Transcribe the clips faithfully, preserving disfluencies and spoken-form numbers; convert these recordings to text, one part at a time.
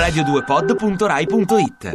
radio due pod punto rai punto it.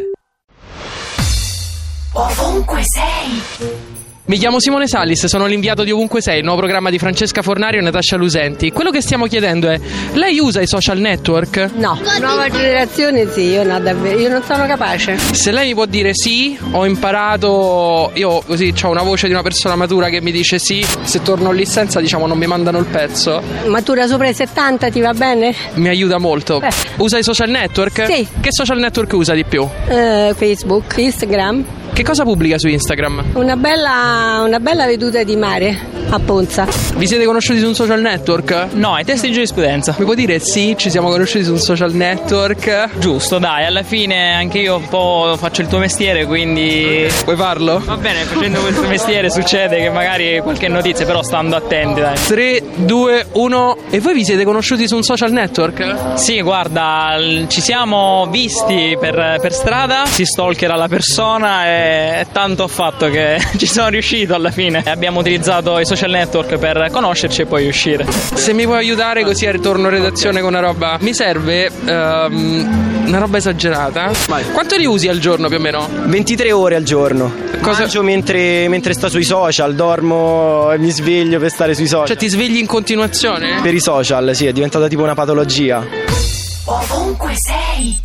Ovunque sei. Mi chiamo Simone Sallis, sono l'inviato di Ovunque Sei, il nuovo programma di Francesca Fornario e Natascia Lusenti. Quello che stiamo chiedendo è: lei usa i social network? No, nuova generazione sì, io no, davvero, io non sono capace. Se lei mi può dire sì, ho imparato, io così ho una voce di una persona matura che mi dice sì, se torno lì senza, diciamo, non mi mandano il pezzo. Matura sopra i settanta, ti va bene? Mi aiuta molto. Eh. Usa i social network? Sì. Che social network usa di più? Eh, Facebook, Instagram. Che cosa pubblica su Instagram? Una bella, una bella veduta di mare a Ponza. Vi siete conosciuti su un social network? No, è test di giurisprudenza. Mi può dire sì, ci siamo conosciuti su un social network? Giusto, dai, alla fine anche io un po' faccio il tuo mestiere, quindi... Vuoi farlo? Va bene, facendo questo mestiere succede che magari qualche notizia, però stando attenti, dai. tre, due, uno. E voi vi siete conosciuti su un social network? Sì, guarda, l- ci siamo visti per, per strada, si stalkera la persona e tanto ho fatto che ci sono riuscito alla fine. Abbiamo utilizzato i social network per conoscerci e poi uscire. Se mi puoi aiutare così al ritorno in redazione con una roba. Mi serve ehm, una roba esagerata. Vai. Quanto li usi al giorno più o meno? ventitré ore al giorno. Cosa- Mangio mentre, mentre sto sui social, dormo e mi sveglio per stare sui social. Cioè ti svegli in continuazione? Per i social, sì, è diventata tipo una patologia. Ovunque sei.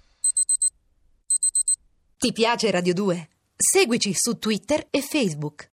Ti piace Radio due? Seguici su Twitter e Facebook.